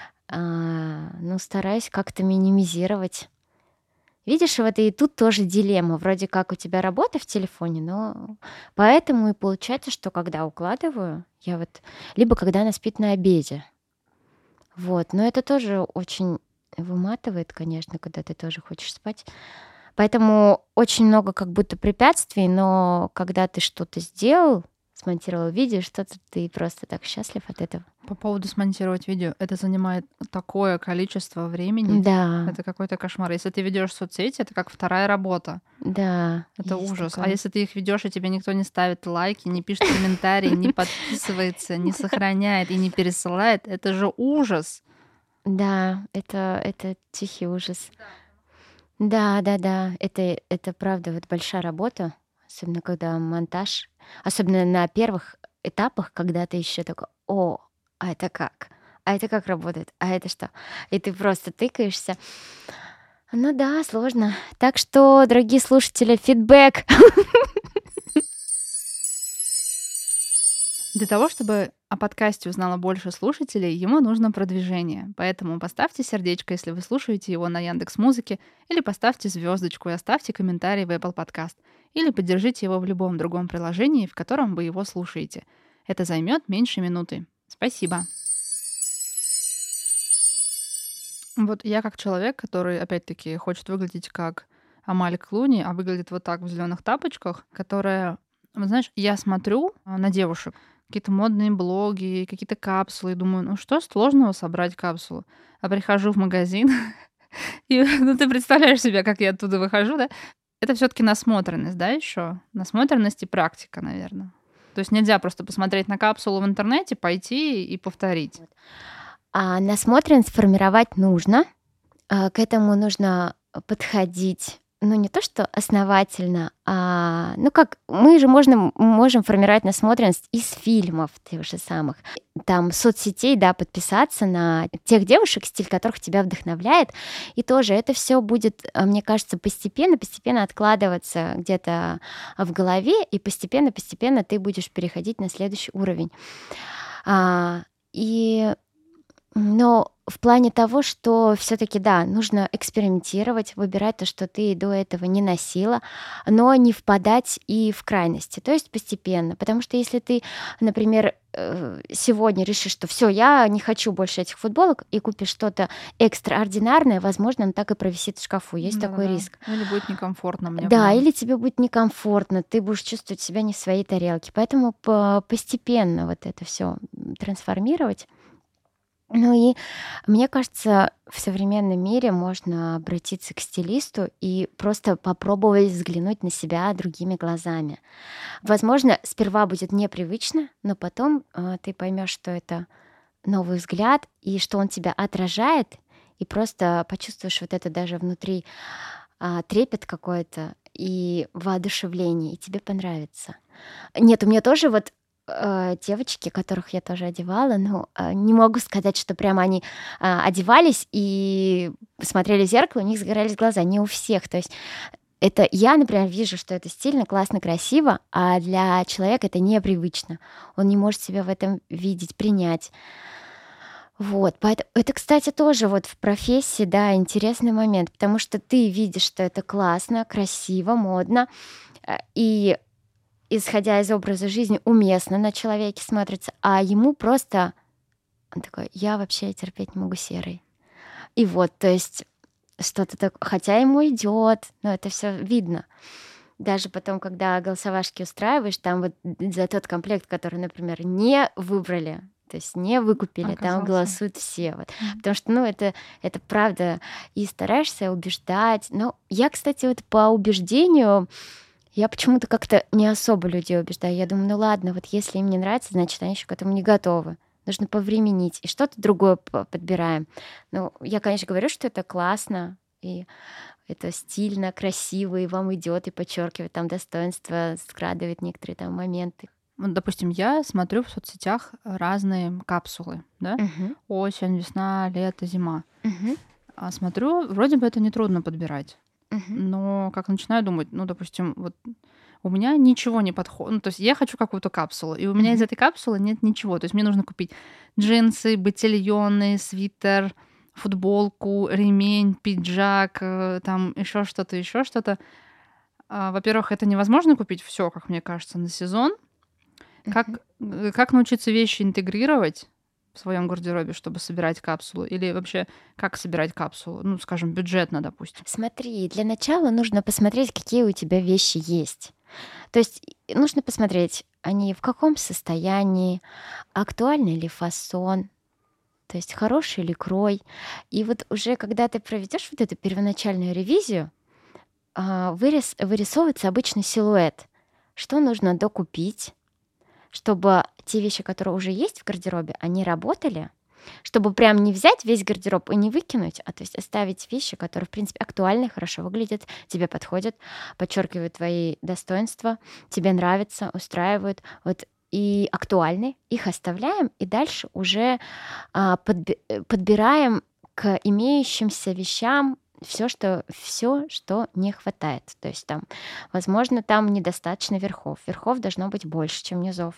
Ну, стараюсь как-то минимизировать. Видишь, вот и тут тоже дилемма. Вроде как у тебя работа в телефоне, но поэтому и получается, что когда укладываю, я вот... Либо когда она спит на обеде. Вот, но это тоже очень выматывает, конечно, когда ты тоже хочешь спать. Поэтому очень много как будто препятствий, но когда ты что-то сделал, смонтировал видео, что-то ты просто так счастлив от этого. По поводу смонтировать видео, это занимает такое количество времени. Да. Это какой-то кошмар. Если ты ведешь соцсети, это как вторая работа. Да. Это ужас. Такое. А если ты их ведешь, и тебе никто не ставит лайки, не пишет комментарии, не подписывается, не сохраняет и не пересылает, это же ужас. Да, это тихий ужас. Да. Это правда вот большая работа, особенно когда монтаж, особенно на первых этапах, когда ты еще такой, а это как? А это как работает? А это что? И ты просто тыкаешься. Ну да, сложно. Так что, дорогие слушатели, фидбэк. Для того, чтобы о подкасте узнало больше слушателей, ему нужно продвижение. Поэтому поставьте сердечко, если вы слушаете его на Яндекс.Музыке, или поставьте звездочку и оставьте комментарий в Apple Podcast, или поддержите его в любом другом приложении, в котором вы его слушаете. Это займет меньше минуты. Спасибо. Вот я как человек, который, опять-таки, хочет выглядеть как Амаль Клуни, а выглядит вот так в зеленых тапочках, которая, знаешь, я смотрю на девушек, какие-то модные блоги, какие-то капсулы, и думаю, ну что сложного собрать капсулу? А прихожу в магазин, и ну, ты представляешь себе, как я оттуда выхожу, да? Это все-таки насмотренность, да, еще? Насмотренность и практика, наверное. То есть нельзя просто посмотреть на капсулу в интернете, пойти и повторить. А насмотренность формировать нужно. К этому нужно подходить, ну, не то что основательно, ну, как мы же можем формировать насмотренность из фильмов тех же самых, там, соцсетей, да, подписаться на тех девушек, стиль которых тебя вдохновляет, и тоже это все будет, мне кажется, постепенно откладываться где-то в голове, и постепенно ты будешь переходить на следующий уровень. Но в плане того, что все-таки, да, нужно экспериментировать, выбирать то, что ты до этого не носила, но не впадать и в крайности, то есть постепенно. Потому что если ты, например, сегодня решишь, что все, я не хочу больше этих футболок, и купишь что-то экстраординарное, возможно, оно так и провисит в шкафу. Есть такой риск. Или будет некомфортно мне. Да, или тебе будет некомфортно, ты будешь чувствовать себя не в своей тарелке. Поэтому постепенно вот это все трансформировать. Ну и мне кажется, в современном мире можно обратиться к стилисту и просто попробовать взглянуть на себя другими глазами. Возможно, сперва будет непривычно, но потом ты поймешь, что это новый взгляд и что он тебя отражает, и просто почувствуешь вот это даже внутри трепет какой-то и воодушевление, и тебе понравится. Нет, у меня тоже вот девочки, которых я тоже одевала, ну, не могу сказать, что прямо они одевались и смотрели в зеркало, у них загорались глаза. Не у всех. То есть это я, например, вижу, что это стильно, классно, красиво, а для человека это непривычно. Он не может себя в этом видеть, принять. Вот, поэтому это, кстати, тоже вот в профессии, да, интересный момент, потому что ты видишь, что это классно, красиво, модно, и исходя из образа жизни, уместно на человеке смотрится, а ему просто он такой, я вообще терпеть не могу серый. И вот, то есть что-то так, хотя ему идет, но это все видно. Даже потом, когда голосовашки устраиваешь, там вот за тот комплект, который, например, не выбрали, то есть не выкупили, там голосуют все. Вот. Потому что, ну, это правда. И стараешься убеждать. Но я, кстати, вот по убеждению, я почему-то как-то не особо людей убеждаю. Я думаю, ну ладно, вот если им не нравится, значит, они еще к этому не готовы. Нужно повременить. И что-то другое подбираем. Ну, я, конечно, говорю, что это классно, и это стильно, красиво, и вам идет, и подчеркивает там достоинство, скрадывает некоторые там моменты. Вот, допустим, я смотрю в соцсетях разные капсулы, да? Осень, весна, лето, зима. А смотрю, вроде бы это нетрудно подбирать. Но как начинаю думать, ну, допустим, вот у меня ничего не подходит. Ну, то есть я хочу какую-то капсулу, и у меня из этой капсулы нет ничего. То есть мне нужно купить джинсы, ботильоны, свитер, футболку, ремень, пиджак, там еще что-то, еще что-то. Во-первых, это невозможно купить все, как мне кажется, на сезон. Как научиться вещи интегрировать в своем гардеробе, чтобы собирать капсулу? Или вообще, как собирать капсулу? Ну, скажем, бюджетно, допустим. Смотри, для начала нужно посмотреть, какие у тебя вещи есть. То есть нужно посмотреть, они в каком состоянии, актуальный ли фасон, то есть хороший ли крой. И вот уже когда ты проведешь вот эту первоначальную ревизию, вырисовывается обычный силуэт. Что нужно докупить, чтобы те вещи, которые уже есть в гардеробе, они работали, чтобы прям не взять весь гардероб и не выкинуть, а то есть оставить вещи, которые, в принципе, актуальны, хорошо выглядят, тебе подходят, подчеркивают твои достоинства, тебе нравятся, устраивают, вот, и актуальны, их оставляем, и дальше уже подбираем к имеющимся вещам все, что не хватает. То есть там, возможно, там недостаточно верхов. Верхов должно быть больше, чем низов.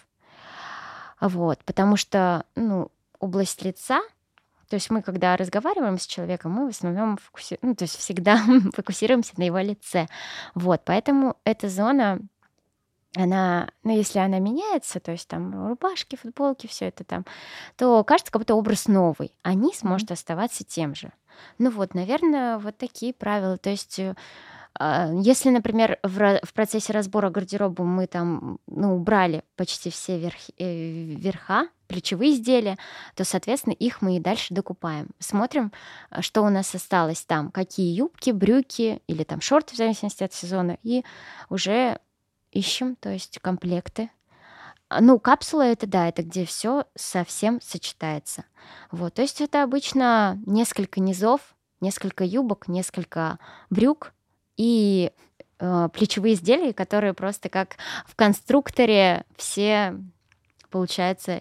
Вот, потому что, ну, область лица, то есть мы, когда разговариваем с человеком, мы в основном то есть всегда фокусируемся на его лице. Вот, поэтому эта зона, она, ну, если она меняется, то есть там рубашки, футболки, все это там, то кажется, как будто образ новый, а низ может оставаться тем же. Ну вот, наверное, вот такие правила. То есть если, например, в процессе разбора гардероба мы там, ну, убрали почти все верха, плечевые изделия, то, соответственно, их мы и дальше докупаем. Смотрим, что у нас осталось там, какие юбки, брюки или там шорты, в зависимости от сезона, и уже ищем, то есть комплекты. Ну, капсула это да, это где все совсем сочетается. Вот, то есть это обычно несколько низов, несколько юбок, несколько брюк и плечевые изделия, которые просто как в конструкторе все, получается,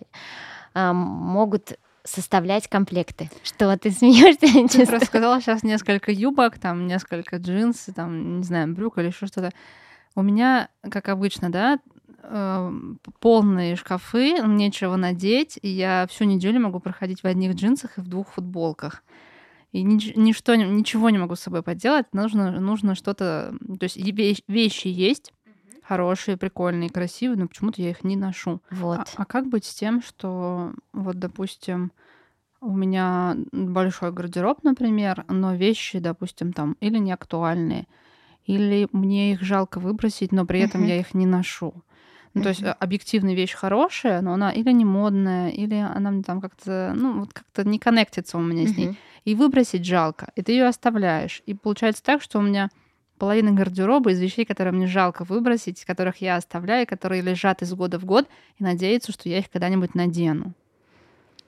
могут составлять комплекты. Что ты смеешься? Ты просто сказала сейчас несколько юбок, там несколько джинсов, там, не знаю, брюк или еще что-то. У меня, как обычно, да, полные шкафы, нечего надеть, и я всю неделю могу проходить в одних джинсах и в 2 футболках. И ничего не могу с собой поделать. Нужно что-то... То есть вещи есть хорошие, прикольные, красивые, но почему-то я их не ношу. Вот. А как быть с тем, что вот, допустим, у меня большой гардероб, например, но вещи, допустим, там или не актуальные, или мне их жалко выбросить, но при этом я их не ношу. Ну, то есть объективная вещь хорошая, но она или не модная, или она мне там как-то, ну, вот как-то не коннектится у меня с ней. И выбросить жалко, и ты ее оставляешь. И получается так, что у меня половина гардероба из вещей, которые мне жалко выбросить, которых я оставляю, которые лежат из года в год, и надеются, что я их когда-нибудь надену.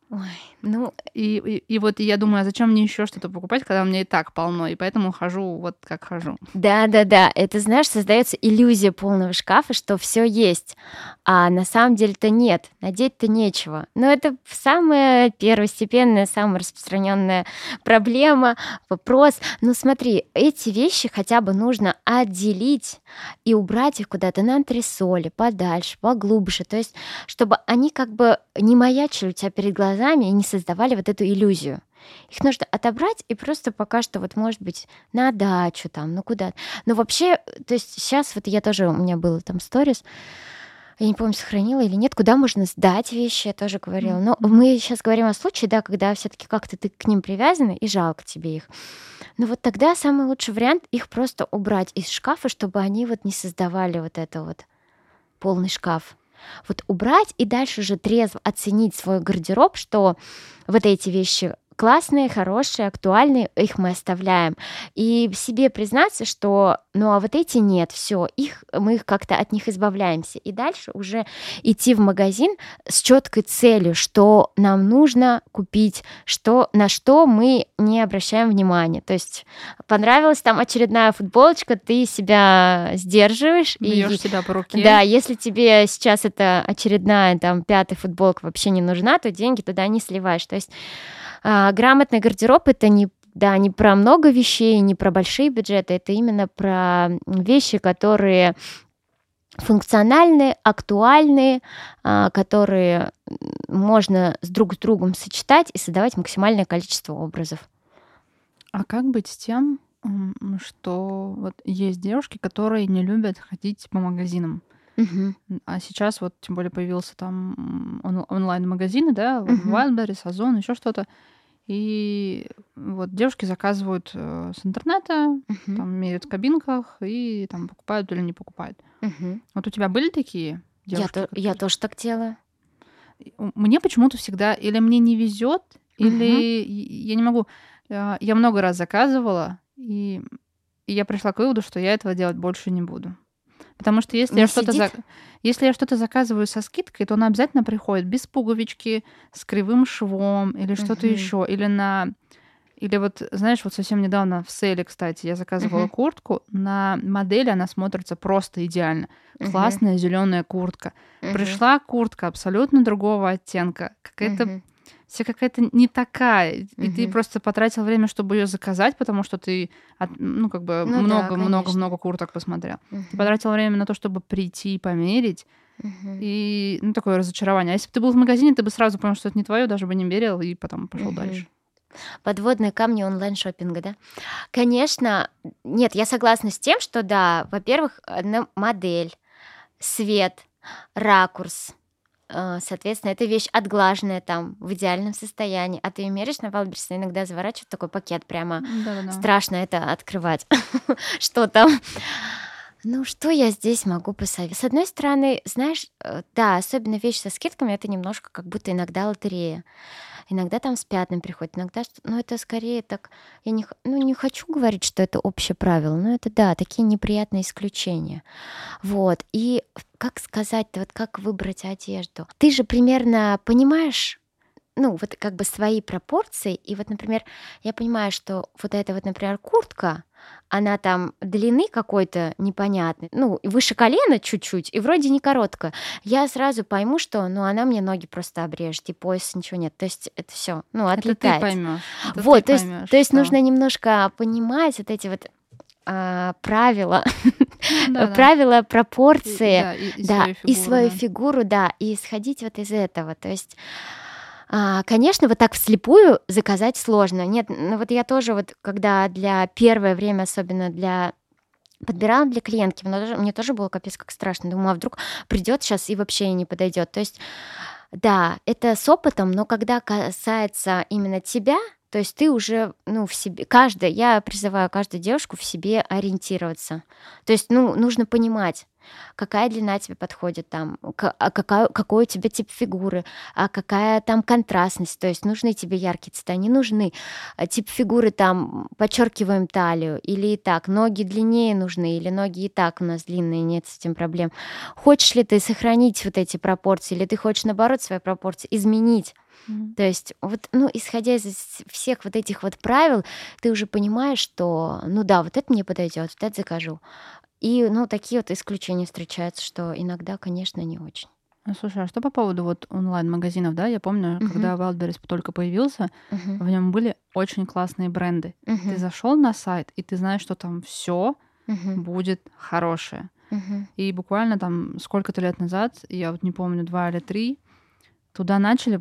Ой, ну, И вот я думаю, а зачем мне еще что-то покупать, когда у меня и так полно, и поэтому хожу вот как хожу. да-да-да, это, знаешь, создается иллюзия полного шкафа, что все есть, а на самом деле-то нет, надеть-то нечего. Но это самая первостепенная, самая распространенная проблема, вопрос. Ну смотри, эти вещи хотя бы нужно отделить и убрать их куда-то на антресоли, подальше, поглубже, то есть чтобы они как бы не маячили у тебя перед глазами и не создавали вот эту иллюзию. Их нужно отобрать и просто пока что вот, может быть, на дачу там, ну куда. Но вообще, то есть сейчас вот я тоже, у меня было там сторис, я не помню, сохранила или нет, куда можно сдать вещи, я тоже говорила. Но мы сейчас говорим о случае, да, когда все-таки как-то ты к ним привязана и жалко тебе их. Но вот тогда самый лучший вариант их просто убрать из шкафа, чтобы они вот не создавали вот это вот полный шкаф. Вот убрать и дальше уже трезво оценить свой гардероб, что вот эти вещи классные, хорошие, актуальные, их мы оставляем. И себе признаться, что ну а вот эти нет, все, мы их как-то от них избавляемся. И дальше уже идти в магазин с четкой целью, что нам нужно купить, на что мы не обращаем внимания. То есть понравилась там очередная футболочка, ты себя сдерживаешь. Бьешь себя по руке. Да, если тебе сейчас эта очередная там 5-я футболка вообще не нужна, то деньги туда не сливаешь. То есть грамотный гардероб — это не про много вещей, не про большие бюджеты, это именно про вещи, которые функциональные, актуальные, которые можно друг с другом сочетать и создавать максимальное количество образов. А как быть с тем, что вот есть девушки, которые не любят ходить по магазинам? Мгм. А сейчас вот тем более появился там онлайн-магазины, да, вот Мгм. Wildberries, Озон, еще что-то. И вот девушки заказывают с интернета, Мгм. там меряют в кабинках и там покупают или не покупают. Мгм. Вот у тебя были такие девушки? Я тоже так делаю. Мне почему-то всегда или мне не везет, Мгм. или я не могу. Я много раз заказывала, и я пришла к выводу, что я этого делать больше не буду. Потому что если Не я что-то сидит? если я что-то заказываю со скидкой, то она обязательно приходит без пуговички, с кривым швом или что-то Мгм. еще. Или вот, знаешь, вот совсем недавно в сейле, кстати, я заказывала Мгм. куртку. На модели она смотрится просто идеально. Мгм. Классная зеленая куртка. Мгм. Пришла куртка абсолютно другого оттенка. Мгм. Вся какая-то не такая. И ты Мгм. просто потратил время, чтобы ее заказать, потому что ты ну, как бы Ну да, много-много-много конечно. курток посмотрел. Ты Мгм. потратил время на то, чтобы прийти и померить. Мгм. И ну, такое разочарование. А если бы ты был в магазине, ты бы сразу понял, что это не твое, даже бы не мерил, и потом пошел Мгм. дальше. Подводные камни онлайн-шоппинга, да? Конечно, нет, я согласна с тем, что да, во-первых, модель, свет, ракурс, соответственно, эта вещь отглаженная там в идеальном состоянии, а ты её меришь на Вайлдберрисе, иногда заворачивают такой пакет, прямо Да-да-да. страшно это открывать, что там. Ну, что я здесь могу посоветовать? С одной стороны, знаешь, да, особенно вещи со скидками — это немножко как будто иногда лотерея. Иногда там с пятнами приходит, иногда, ну, это скорее так, я не хочу говорить, что это общее правило, но это, да, такие неприятные исключения. Вот, и как сказать-то, вот как выбрать одежду? Ты же примерно понимаешь, ну, вот как бы свои пропорции, и вот, например, я понимаю, что вот эта вот, например, куртка, она там длины какой-то непонятной, ну, выше колена чуть-чуть, и вроде не короткая. Я сразу пойму, что, ну, она мне ноги просто обрежет, и пояса ничего нет. То есть это все, ну, Это ты отлетает. поймешь. Это ты Вот, поймешь, то есть что. нужно немножко понимать вот эти вот правила, Ну да, да. правила, пропорции, Да, и да, свою и фигуру, свою да. фигуру, да, и исходить вот из этого. То есть конечно, вот так вслепую заказать сложно. Нет, ну вот я тоже вот, когда для первое время, особенно подбирала для клиентки, мне тоже было капец как страшно. Думаю, а вдруг придет сейчас и вообще не подойдет. То есть, да, это с опытом, но когда касается именно тебя, то есть ты уже, ну, в себе, я призываю каждую девушку в себе ориентироваться. То есть, ну, нужно понимать, какая длина тебе подходит там, какой у тебя тип фигуры, а какая там контрастность, то есть нужны тебе яркие цвета, не нужны. Тип фигуры там подчеркиваем талию или и так, ноги длиннее нужны или ноги и так у нас длинные, нет с этим проблем. Хочешь ли ты сохранить вот эти пропорции или ты хочешь наоборот свои пропорции изменить? То есть вот, исходя из всех вот этих вот правил, ты уже понимаешь, что, да, вот это мне подойдет, вот это закажу. И, такие вот исключения встречаются, что иногда, конечно, не очень. Слушай, а что по поводу вот онлайн-магазинов, да? Я помню, когда Wildberries только появился, Мгм. в нем были очень классные бренды. Ты Мгм. зашел на сайт, и ты знаешь, что там все Мгм. будет хорошее. Мгм. И буквально там сколько-то лет назад, я вот не помню, 2 или 3, туда начали,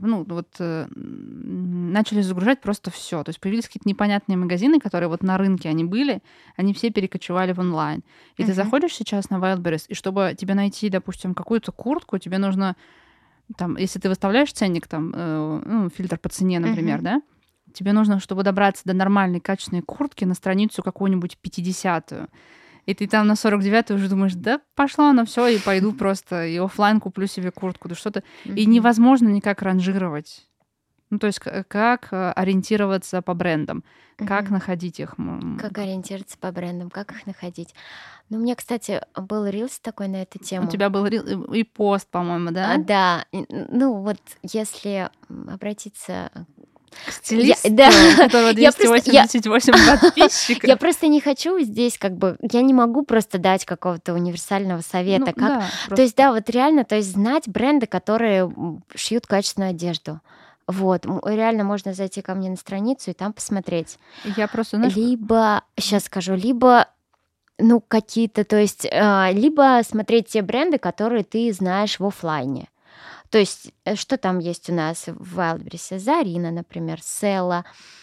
начали загружать просто все. То есть появились какие-то непонятные магазины, которые вот на рынке они были, они все перекочевали в онлайн. И ты Мгм. заходишь сейчас на Wildberries, и чтобы тебе найти, допустим, какую-то куртку, тебе нужно, там, если ты выставляешь ценник, там, фильтр по цене, например, Мгм. да, тебе нужно, чтобы добраться до нормальной качественной куртки, на страницу какую-нибудь 50-ю. И ты там на 49-й уже думаешь, да пошло оно все, и пойду просто и оффлайн куплю себе куртку, да что-то. И Мгм. невозможно никак ранжировать. Ну, то есть как ориентироваться по брендам, как Мгм. находить их. Как ориентироваться по брендам, как их находить. У меня, кстати, был рилс такой на эту У тему. тебя был и пост, по-моему, да? Да, вот если обратиться К да, стилисту, у которого я просто 288 я подписчиков. просто не хочу здесь я не могу просто дать какого-то универсального Ну, совета. да, То есть, просто да, вот реально, то есть знать бренды, которые шьют качественную одежду. Вот, реально можно зайти ко мне на страницу и там посмотреть. я просто, знаешь, Либо, сейчас скажу, либо какие-то, то есть, либо смотреть те бренды, которые ты знаешь в оффлайне. То есть, что там есть у нас в Wildberries? Зарина, например, Села.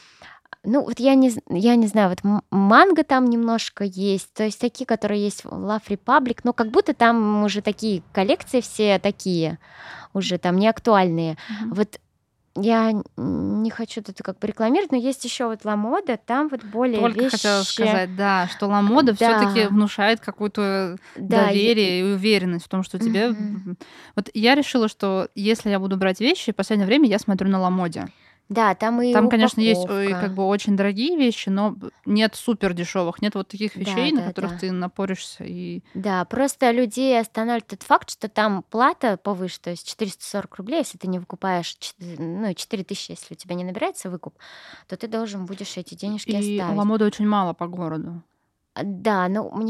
Вот я не знаю, вот Манго там немножко есть, то есть такие, которые есть в Love Republic, но как будто там уже такие коллекции все такие, уже там не актуальные. мгм. Вот я не хочу тут как бы рекламировать, но есть еще вот La Moda, там вот более Только хотела вещи. сказать, да, что ламода все-таки Да, внушает какое-то да, доверие и уверенность в том, что тебе... мгм. Вот я решила, что если я буду брать вещи, в последнее время я смотрю на ламоде. Да, там и Там, конечно, есть как упаковка. бы очень дорогие вещи, но нет супер дешевых, нет вот таких Да, вещей, на да, которых да. ты напоришься и... Да, просто людей останавливает тот факт, что там плата повыше, то есть 440 рублей, если ты не выкупаешь, 4000, если у тебя не набирается выкуп, то ты должен будешь эти денежки И оставить. ламоды очень мало по городу. Да,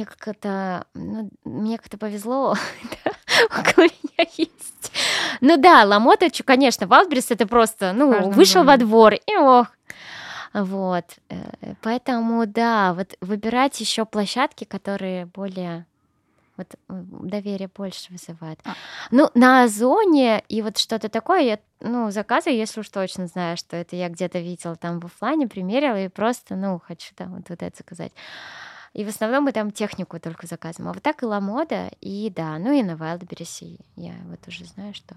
мне как-то повезло, около меня есть. Да, Ламота, конечно, Валберес это просто, В каждом вышел во доме. двор и ох. Вот, поэтому, да, вот выбирать еще площадки, которые более вот доверие больше вызывает. А, На Озоне и вот что-то такое я, заказываю, если уж точно знаю, что это я где-то видела там в оффлайне, примерила и просто, хочу там вот это заказать. И в основном мы там технику только заказываем. А вот так и Ламода, и да, и на Wildberries я вот уже знаю, что.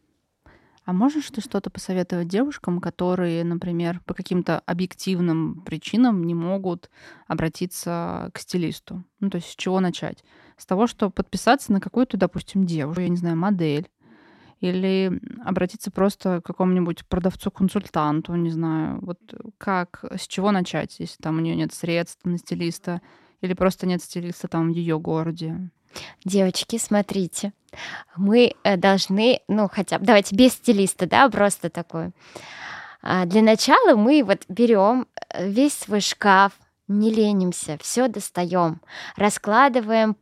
а можешь ты что-то посоветовать девушкам, которые, например, по каким-то объективным причинам не могут обратиться к стилисту? Ну, то есть с чего начать? С того, что подписаться на какую-то, допустим, девушку, я не знаю, модель, или обратиться просто к какому-нибудь продавцу-консультанту, не знаю. Вот как, с чего начать, если там у нее нет средств на стилиста, или просто нет стилиста там в ее городе? Девочки, смотрите, мы должны, хотя бы, давайте без стилиста, да, просто такое. Для начала мы вот берем весь свой шкаф, не ленимся, все достаем, раскладываем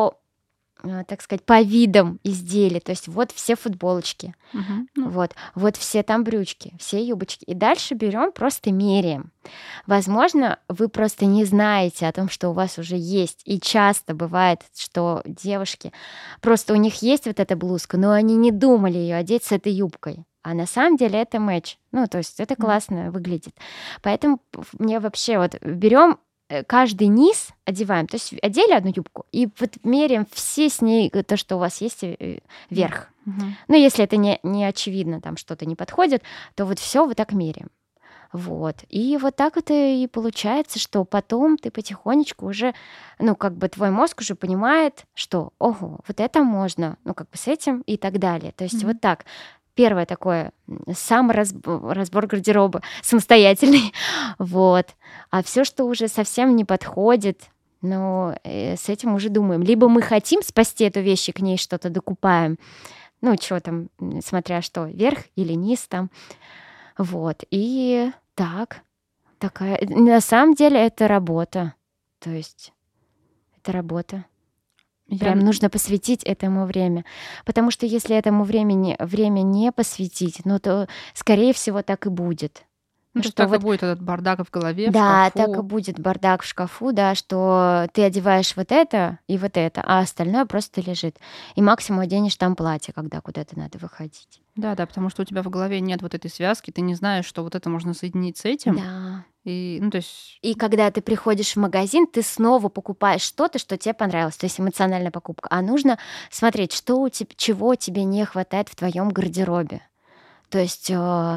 так сказать, по видам изделий. То есть вот все футболочки, Мгм. Ну, вот все там брючки, все юбочки. И дальше берем, просто меряем. Возможно, вы просто не знаете о том, что у вас уже есть. И часто бывает, что девушки, просто у них есть вот эта блузка, но они не думали ее одеть с этой юбкой. А на самом деле это матч. То есть это мгм. классно выглядит. Поэтому мне вообще вот берем каждый низ одеваем, то есть одели одну юбку и вот меряем все с ней то, что у вас есть верх. Мгм. Если это не очевидно, там что-то не подходит, то вот все вот так меряем. Вот. И вот так это и получается, что потом ты потихонечку уже, как бы твой мозг уже понимает, что, ого, вот это можно, как бы с этим и так далее. То есть Мгм. вот так. Первое такое, разбор гардероба самостоятельный, вот. А все, что уже совсем не подходит, с этим уже думаем. Либо мы хотим спасти эту вещь и к ней что-то докупаем, Ну, что там, смотря что, вверх или низ там. Вот. И так, такая... На самом деле это работа. То есть это работа. Прям Я, нужно посвятить этому время. Потому что если этому время не посвятить, ну, то, скорее всего, так и будет. ну, то есть Что так и вот, будет этот бардак в голове, в да, так и шкафу. будет бардак в шкафу, да, что ты одеваешь вот это и вот это, а остальное просто лежит. И максимум оденешь там платье, когда куда-то надо выходить. Да, да, потому что у тебя в голове нет вот этой связки, ты не знаешь, что вот это можно соединить с этим. Да. И, ну, то есть, И когда ты приходишь в магазин, ты снова покупаешь что-то, что тебе понравилось, то есть эмоциональная покупка. А нужно смотреть, что у тебя, чего тебе не хватает в твоем гардеробе. То есть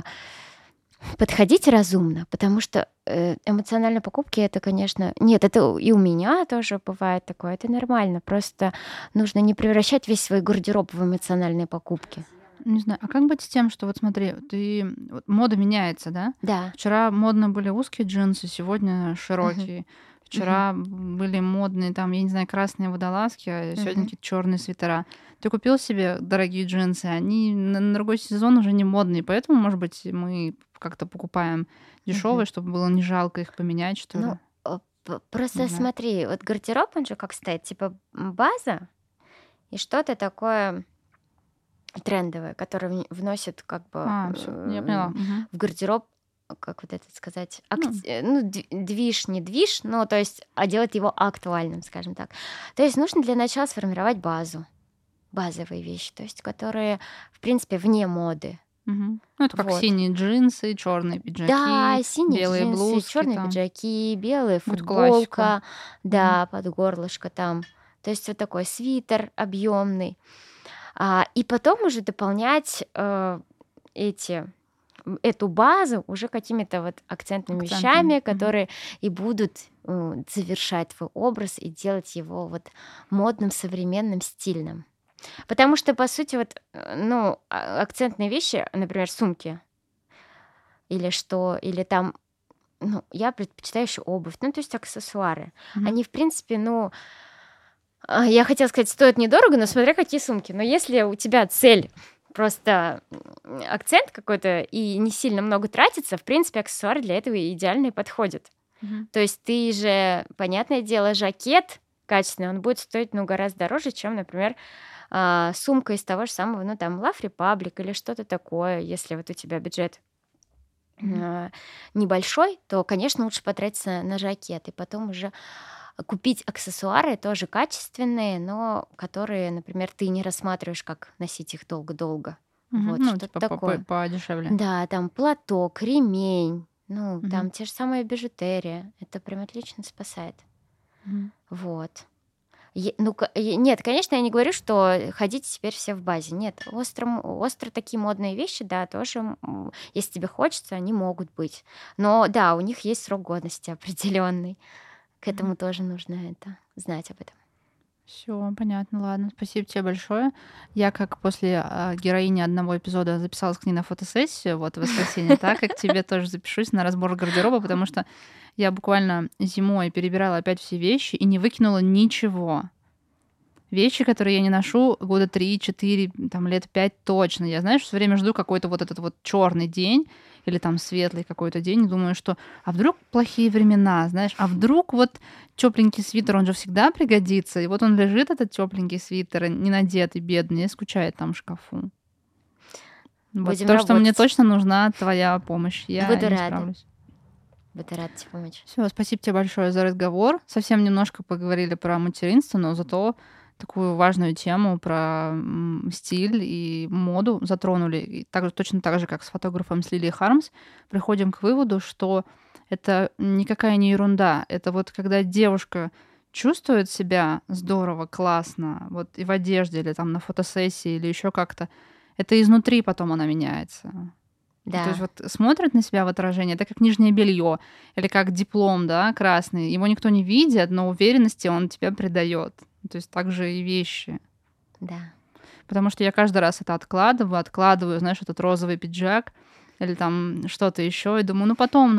подходить разумно, потому что эмоциональные покупки это, конечно, нет, это и у меня тоже бывает такое, это нормально. Просто нужно не превращать весь свой гардероб в эмоциональные покупки. не знаю, а как быть с тем, что вот смотри, ты вот мода меняется, да? Да. Вчера модно были узкие джинсы, сегодня Мгм. широкие. Мгм. Вчера были модные там, я не знаю, красные водолазки, а сегодня Мгм. какие-то черные свитера. Ты купил себе дорогие джинсы, они на другой сезон уже не модные, поэтому, может быть, мы как-то покупаем Мгм. дешевые, чтобы было не жалко их поменять, что Ну, ли? Не просто знаю. смотри, вот гардероб, он же как стоит, типа база и что-то такое трендовое, которое вносит как бы Все, я поняла. Мгм. в гардероб, как вот это сказать, Ну, ну, движ, не движ, но то есть, а делать его актуальным, скажем так. То есть нужно для начала сформировать базу, базовые вещи, то есть которые, в принципе, вне моды. мгм. Ну, это как Вот. синие джинсы, черные Да, пиджаки, синие белые джинсы, блузки черные там. пиджаки, белая Вот классику. футболка, Мгм. да, под горлышко там. То есть вот такой свитер объемный. И потом уже дополнять эту базу уже какими-то вот акцентными Акцентами. вещами, Мгм. которые и будут завершать твой образ и делать его вот модным, современным, стильным. Потому что, по сути, вот, ну, акцентные вещи, например, сумки или что, или там, ну, я предпочитаю еще обувь, ну, то есть аксессуары. Мгм. Они, в принципе, ну, я хотела сказать, стоят недорого, но смотря какие сумки. Но если у тебя цель просто акцент какой-то и не сильно много тратится, в принципе, аксессуары для этого идеально и подходят. Мгм. То есть ты же, понятное дело, жакет качественный, он будет стоить, ну, гораздо дороже, чем, например, сумка из того же самого, ну, там, Love Republic или что-то такое, если вот у тебя бюджет Мгм. небольшой, то, конечно, лучше потратиться на жакет и потом уже купить аксессуары тоже качественные, но которые, например, ты не рассматриваешь, как носить их долго-долго. Мгм. Вот, Ну, что-то типа такое. подешевле. Да, там платок, ремень, ну, Мгм. там те же самые бижутерия. Это прям отлично спасает. Мгм. Вот. Нет, конечно, я не говорю, что ходите теперь все в базе. Нет, остро такие модные вещи, да, тоже, если тебе хочется, они могут быть. Но да, у них есть срок годности определенный. К Мгм. этому тоже нужно это знать об этом. Всё, понятно, ладно. Спасибо тебе большое. Я как после, героини одного эпизода записалась к ней на фотосессию вот в воскресенье, так и к тебе тоже запишусь на разбор гардероба, потому что я буквально зимой перебирала опять все вещи и не выкинула ничего. Вещи, которые я не ношу года 3-4, там, лет 5 точно. Я, знаешь, все время жду какой-то вот этот вот черный день или там светлый какой-то день и думаю, что а вдруг плохие времена, знаешь, а вдруг вот тепленький свитер, он же всегда пригодится. И вот он лежит, этот тепленький свитер, не надетый, бедный, и скучает там в шкафу. Вот Будем то, что мне работать. точно нужна твоя помощь. Я Буду не рада. справлюсь. Буду рада тебе помочь. Все, спасибо тебе большое за разговор. Совсем немножко поговорили про материнство, но зато такую важную тему про стиль и моду затронули. И также, точно так же, как с фотографом с Лилией Хармс, приходим к выводу, что это никакая не ерунда. Это вот когда девушка чувствует себя здорово, классно, вот и в одежде, или там на фотосессии, или еще как-то, это изнутри потом она меняется. То есть Да, вот смотрит на себя в отражение, это как нижнее белье или как диплом, да, красный. Его никто не видит, но уверенности он тебе придает. То есть также и вещи. да. Потому что я каждый раз это откладываю, знаешь, этот розовый пиджак или там что-то еще, и думаю,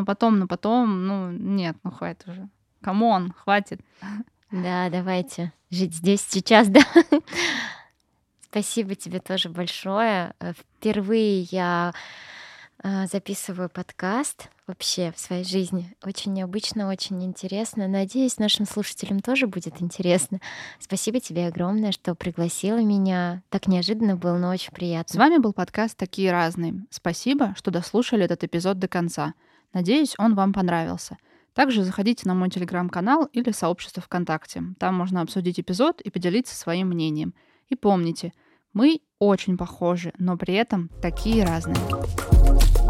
ну нет, ну хватит уже. Камон, хватит. Да, давайте жить здесь, сейчас, да. Спасибо тебе тоже большое. Впервые я записываю подкаст вообще в своей жизни. Очень необычно, очень интересно. Надеюсь, нашим слушателям тоже будет интересно. Спасибо тебе огромное, что пригласила меня. Так неожиданно было, но очень С приятно. вами был подкаст «Такие разные». Спасибо, что дослушали этот эпизод до конца. Надеюсь, он вам понравился. Также заходите на мой телеграм-канал или сообщество ВКонтакте. Там можно обсудить эпизод и поделиться своим мнением. И помните, мы очень похожи, но при этом такие разные.